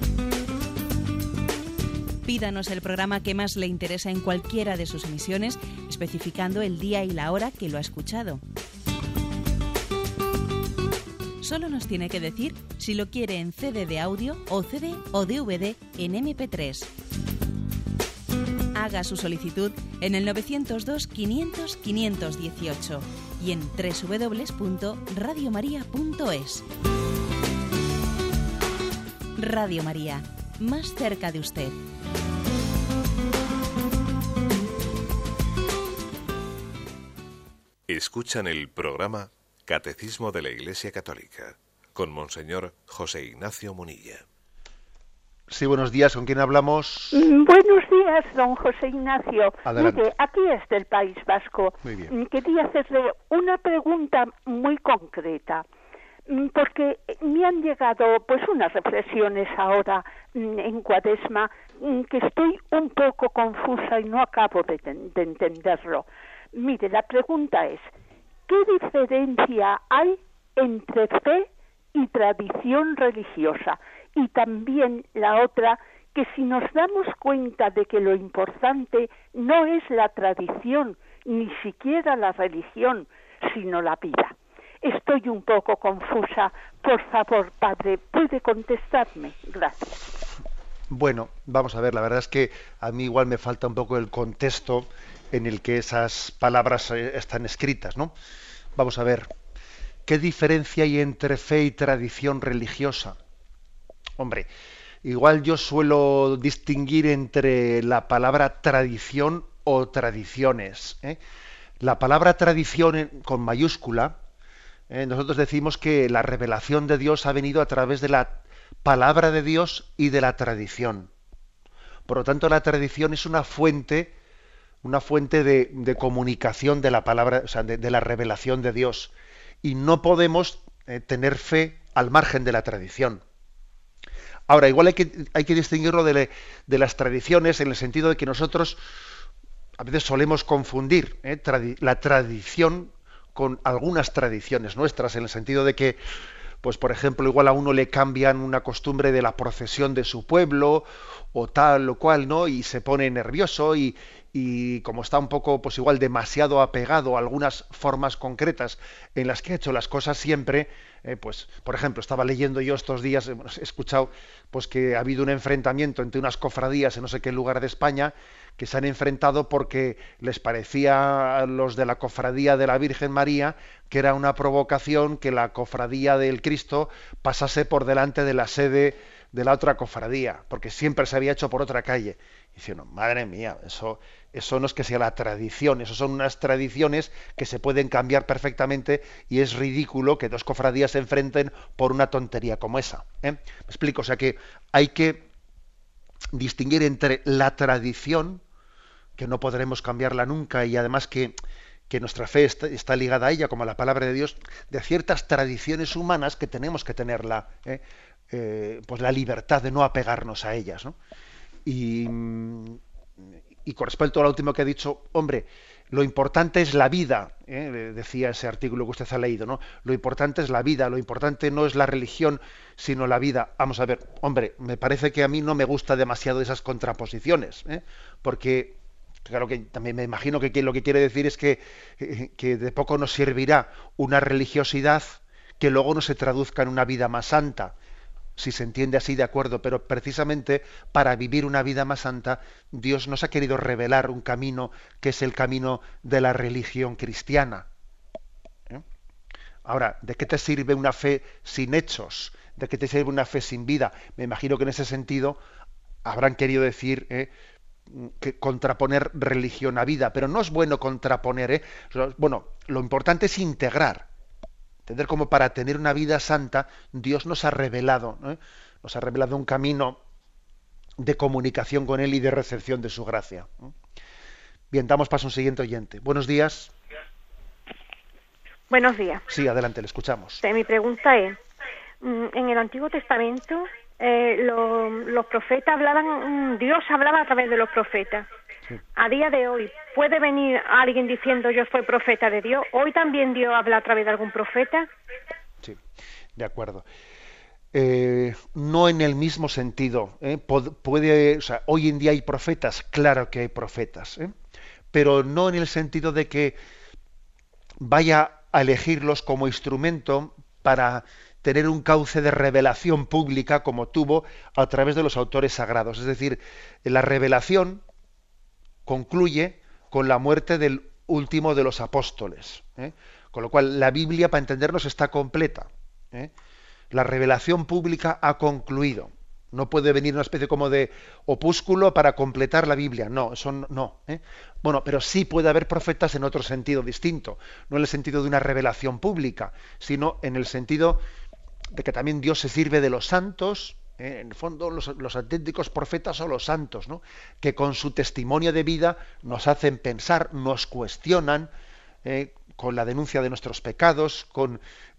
Pídanos el programa que más le interesa en cualquiera de sus emisiones, especificando el día y la hora que lo ha escuchado. Solo nos tiene que decir si lo quiere en CD de audio o CD o DVD en MP3. Haga su solicitud en el 902 500 518 y en www.radiomaria.es. Radio María, más cerca de usted. Escuchan el programa Catecismo de la Iglesia Católica con Monseñor José Ignacio Munilla. Sí, buenos días. ¿Con quién hablamos? Buenos días, don José Ignacio. Adelante. Mire, aquí es del País Vasco. Muy bien. Quería hacerle una pregunta muy concreta, porque me han llegado pues unas reflexiones ahora en Cuaresma que estoy un poco confusa y no acabo de entenderlo. Mire, la pregunta es, ¿qué diferencia hay entre fe y tradición religiosa? Y también la otra, que si nos damos cuenta de que lo importante no es la tradición, ni siquiera la religión, sino la vida. Estoy un poco confusa. Por favor, padre, ¿puede contestarme? Gracias. Bueno, vamos a ver, la verdad es que a mí igual me falta un poco el contexto en el que esas palabras están escritas, ¿no? Vamos a ver, ¿qué diferencia hay entre fe y tradición religiosa? Hombre, igual yo suelo distinguir entre la palabra tradición o tradiciones, ¿eh? La palabra tradición con mayúscula, nosotros decimos que la revelación de Dios ha venido a través de la palabra de Dios y de la tradición. Por lo tanto, la tradición es una fuente de comunicación de la palabra, o sea, de la revelación de Dios. Y no podemos tener fe al margen de la tradición. Ahora, igual hay que distinguirlo de las tradiciones en el sentido de que nosotros a veces solemos confundir la tradición con algunas tradiciones nuestras, en el sentido de que, pues por ejemplo, igual a uno le cambian una costumbre de la procesión de su pueblo o tal o cual, ¿no? Y se pone nervioso y como está un poco, pues igual demasiado apegado a algunas formas concretas en las que ha hecho las cosas siempre, pues, por ejemplo, estaba leyendo yo estos días, he escuchado pues que ha habido un enfrentamiento entre unas cofradías en no sé qué lugar de España que se han enfrentado porque les parecía a los de la cofradía de la Virgen María que era una provocación que la cofradía del Cristo pasase por delante de la sede de la otra cofradía, porque siempre se había hecho por otra calle. Y dice uno, madre mía, eso no es que sea la tradición, eso son unas tradiciones que se pueden cambiar perfectamente y es ridículo que dos cofradías se enfrenten por una tontería como esa. Me explico, o sea que hay que distinguir entre la tradición, que no podremos cambiarla nunca y además que nuestra fe está ligada a ella, como a la palabra de Dios, de ciertas tradiciones humanas que tenemos que tenerla, pues la libertad de no apegarnos a ellas, ¿no? Y con respecto a lo último que ha dicho, hombre, lo importante es la vida, decía ese artículo que usted ha leído, ¿no? Lo importante es la vida, lo importante no es la religión, sino la vida. Vamos a ver, hombre, me parece que a mí no me gusta demasiado esas contraposiciones, porque claro que también me imagino que lo que quiere decir es que de poco nos servirá una religiosidad que luego no se traduzca en una vida más santa. Si se entiende así, de acuerdo, pero precisamente para vivir una vida más santa, Dios nos ha querido revelar un camino que es el camino de la religión cristiana. Ahora, ¿de qué te sirve una fe sin hechos? ¿De qué te sirve una fe sin vida? Me imagino que en ese sentido habrán querido decir que contraponer religión a vida, pero no es bueno contraponer. Bueno, lo importante es integrar. Entender cómo para tener una vida santa Dios nos ha revelado, ¿no? Nos ha revelado un camino de comunicación con Él y de recepción de su gracia. Bien, damos paso a un siguiente oyente. Buenos días. Buenos días. Sí, adelante, le escuchamos. Mi pregunta es, en el Antiguo Testamento los profetas hablaban, Dios hablaba a través de los profetas. Sí. A día de hoy, ¿puede venir alguien diciendo yo soy profeta de Dios? ¿Hoy también Dios habla a través de algún profeta? Sí, de acuerdo. No en el mismo sentido. O sea, hoy en día hay profetas, claro que hay profetas, pero no en el sentido de que vaya a elegirlos como instrumento para tener un cauce de revelación pública como tuvo a través de los autores sagrados. Es decir, la revelación concluye con la muerte del último de los apóstoles, ¿eh? Con lo cual la Biblia, para entendernos, está completa, ¿eh? La revelación pública ha concluido. No puede venir una especie como de opúsculo para completar la Biblia. No, eso no, ¿eh? Bueno, pero sí puede haber profetas en otro sentido distinto. No en el sentido de una revelación pública, sino en el sentido de que también Dios se sirve de los santos. En el fondo, los auténticos profetas son los santos, ¿no? Que con su testimonio de vida nos hacen pensar, nos cuestionan, con la denuncia de nuestros pecados, con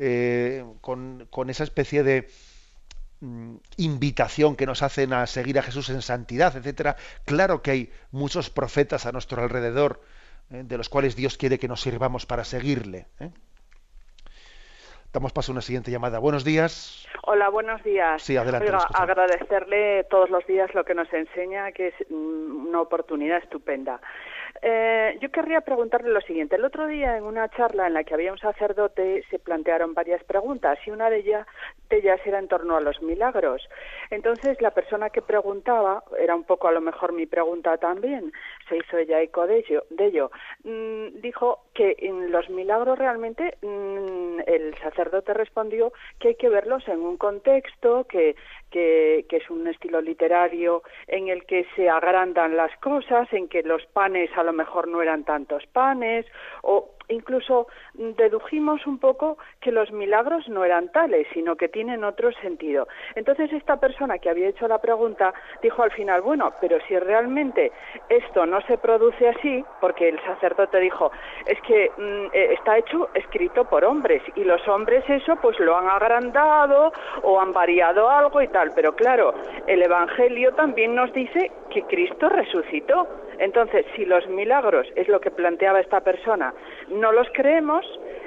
esa especie de invitación que nos hacen a seguir a Jesús en santidad, etcétera. Claro que hay muchos profetas a nuestro alrededor, de los cuales Dios quiere que nos sirvamos para seguirle, ¿eh? Damos paso a una siguiente llamada. Buenos días. Hola, buenos días. Sí, adelante. Oiga, agradecerle todos los días lo que nos enseña, que es una oportunidad estupenda. Yo querría preguntarle lo siguiente. El otro día, en una charla en la que había un sacerdote, se plantearon varias preguntas y una de ellas era en torno a los milagros. Entonces, la persona que preguntaba, era un poco a lo mejor mi pregunta también, se hizo ella eco de ello, dijo que en los milagros realmente el sacerdote respondió que hay que verlos en un contexto, que es un estilo literario en el que se agrandan las cosas, en que los panes a lo mejor no eran tantos panes, o incluso dedujimos un poco que los milagros no eran tales, sino que tienen otro sentido. Entonces esta persona que había hecho la pregunta dijo al final, bueno, pero si realmente esto no se produce así, porque el sacerdote dijo, es que está escrito por hombres, y los hombres eso pues lo han agrandado o han variado algo y tal, pero claro, el Evangelio también nos dice que Cristo resucitó. Entonces, si los milagros, es lo que planteaba esta persona, no los creemos,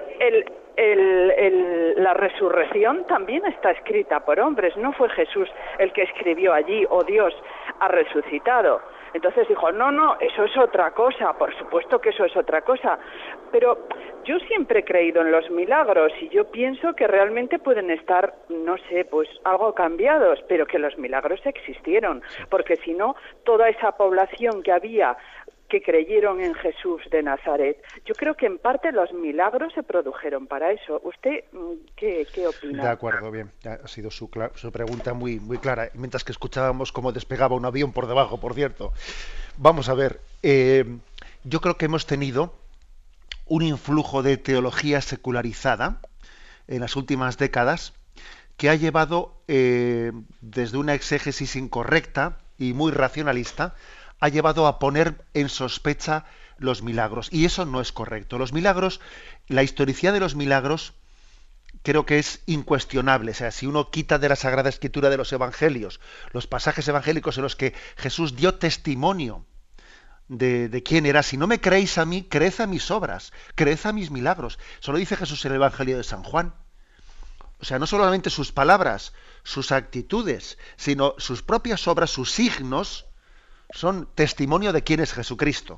la resurrección también está escrita por hombres, no fue Jesús el que escribió allí, o Dios ha resucitado. Entonces dijo, no, eso es otra cosa, por supuesto que eso es otra cosa, pero yo siempre he creído en los milagros y yo pienso que realmente pueden estar, no sé, pues algo cambiados, pero que los milagros existieron, porque si no, toda esa población que había que creyeron en Jesús de Nazaret, yo creo que en parte los milagros se produjeron para eso. ¿Usted qué opina? De acuerdo, bien. Ha sido su pregunta muy, muy clara. Mientras que escuchábamos cómo despegaba un avión por debajo, por cierto. Vamos a ver. Yo creo que hemos tenido un influjo de teología secularizada en las últimas décadas que ha llevado, desde una exégesis incorrecta y muy racionalista, ha llevado a poner en sospecha los milagros. Y eso no es correcto. Los milagros, la historicidad de los milagros, creo que es incuestionable. O sea, si uno quita de la Sagrada Escritura, de los Evangelios, los pasajes evangélicos en los que Jesús dio testimonio de quién era, si no me creéis a mí, creed a mis obras, creed a mis milagros. Eso lo dice Jesús en el Evangelio de San Juan. O sea, no solamente sus palabras, sus actitudes, sino sus propias obras, sus signos, son testimonio de quién es Jesucristo.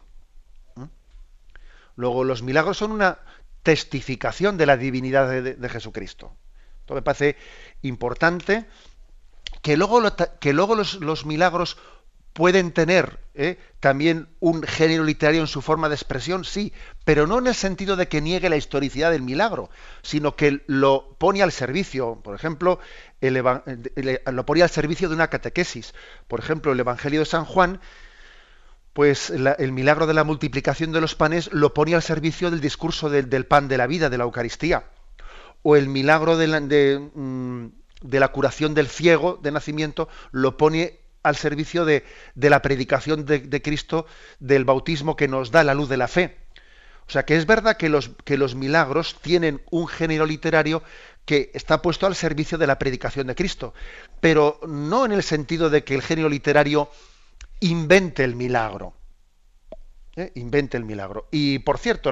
Luego, los milagros son una testificación de la divinidad de Jesucristo. Esto me parece importante. Que luego los milagros pueden tener también un género literario en su forma de expresión, sí, pero no en el sentido de que niegue la historicidad del milagro, sino que lo pone al servicio. Por ejemplo, lo pone al servicio de una catequesis. Por ejemplo, el Evangelio de San Juan, pues el milagro de la multiplicación de los panes lo pone al servicio del discurso del pan de la vida, de la Eucaristía. O el milagro de la curación del ciego de nacimiento lo pone al servicio de la predicación de Cristo, del bautismo que nos da la luz de la fe. O sea que es verdad que los milagros tienen un género literario que está puesto al servicio de la predicación de Cristo, pero no en el sentido de que el género literario invente el milagro. Invente el milagro. Y por cierto,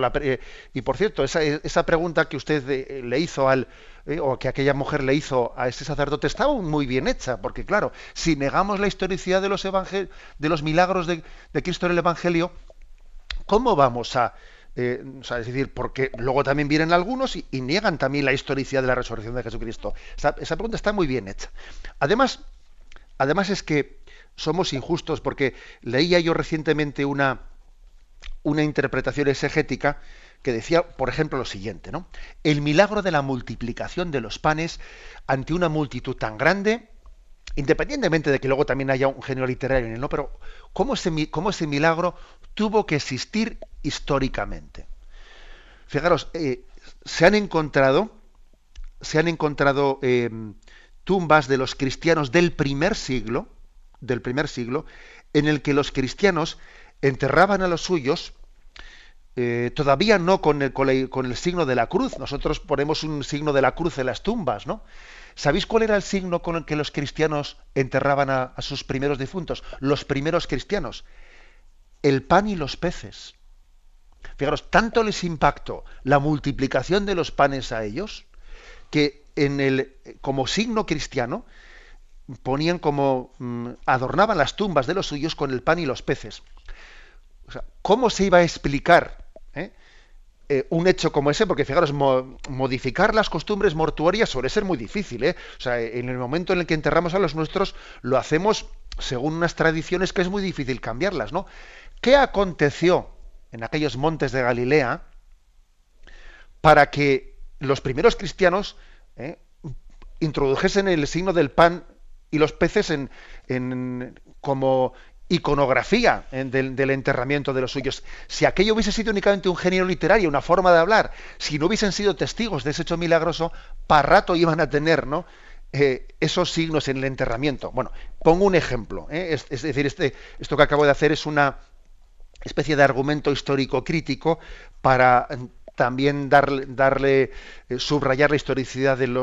esa pregunta que usted le hizo o que aquella mujer le hizo a este sacerdote estaba muy bien hecha, porque claro, si negamos la historicidad de los milagros de Cristo en el Evangelio, ¿cómo vamos a Es decir, porque luego también vienen algunos y niegan también la historicidad de la resurrección de Jesucristo. Esa pregunta está muy bien hecha. Además es que somos injustos, porque leía yo recientemente una interpretación exegética que decía, por ejemplo, lo siguiente, ¿no? El milagro de la multiplicación de los panes ante una multitud tan grande, independientemente de que luego también haya un género literario en él, ¿no? Pero cómo ese milagro tuvo que existir históricamente. Fijaros, se han encontrado tumbas de los cristianos del primer siglo, en el que los cristianos enterraban a los suyos, todavía no con el signo de la cruz. Nosotros ponemos un signo de la cruz en las tumbas, ¿no? ¿Sabéis cuál era el signo con el que los cristianos enterraban a sus primeros difuntos? Los primeros cristianos. El pan y los peces. Fijaros, tanto les impactó la multiplicación de los panes a ellos, que como signo cristiano ponían adornaban las tumbas de los suyos con el pan y los peces. O sea, ¿cómo se iba a explicar un hecho como ese? Porque fijaros, modificar las costumbres mortuorias suele ser muy difícil, O sea, en el momento en el que enterramos a los nuestros, lo hacemos según unas tradiciones que es muy difícil cambiarlas, ¿no? ¿Qué aconteció en aquellos montes de Galilea para que los primeros cristianos introdujesen el signo del pan y los peces como iconografía del enterramiento de los suyos? Si aquello hubiese sido únicamente un género literario, una forma de hablar, si no hubiesen sido testigos de ese hecho milagroso, para rato iban a tener, ¿no?, esos signos en el enterramiento. Bueno, pongo un ejemplo, es decir, esto que acabo de hacer es una especie de argumento histórico crítico para también subrayar la historicidad de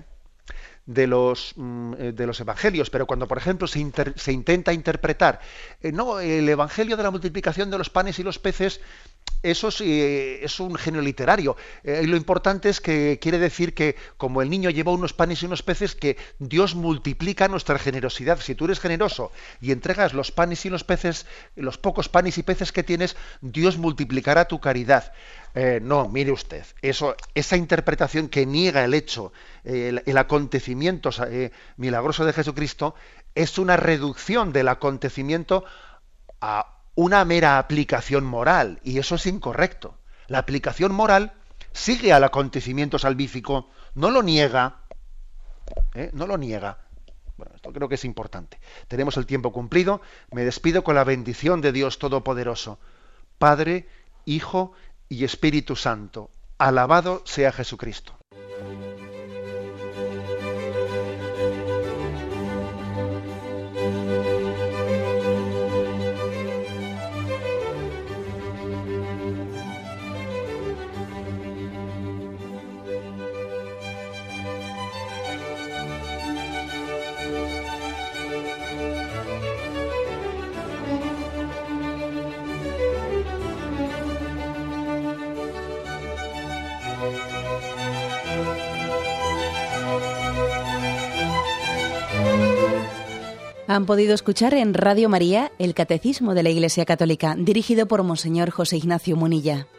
los evangelios. Pero cuando, por ejemplo, se intenta interpretar el evangelio de la multiplicación de los panes y los peces, eso es un género literario. Lo importante es que quiere decir que, como el niño llevó unos panes y unos peces, que Dios multiplica nuestra generosidad. Si tú eres generoso y entregas los panes y los peces, los pocos panes y peces que tienes, Dios multiplicará tu caridad. No, mire usted, esa interpretación que niega el hecho, el acontecimiento milagroso de Jesucristo, es una reducción del acontecimiento a una mera aplicación moral, y eso es incorrecto. La aplicación moral sigue al acontecimiento salvífico, no lo niega. No lo niega. Bueno, esto creo que es importante. Tenemos el tiempo cumplido. Me despido con la bendición de Dios Todopoderoso, Padre, Hijo y Espíritu Santo. Alabado sea Jesucristo. Han podido escuchar en Radio María el Catecismo de la Iglesia Católica, dirigido por Monseñor José Ignacio Munilla.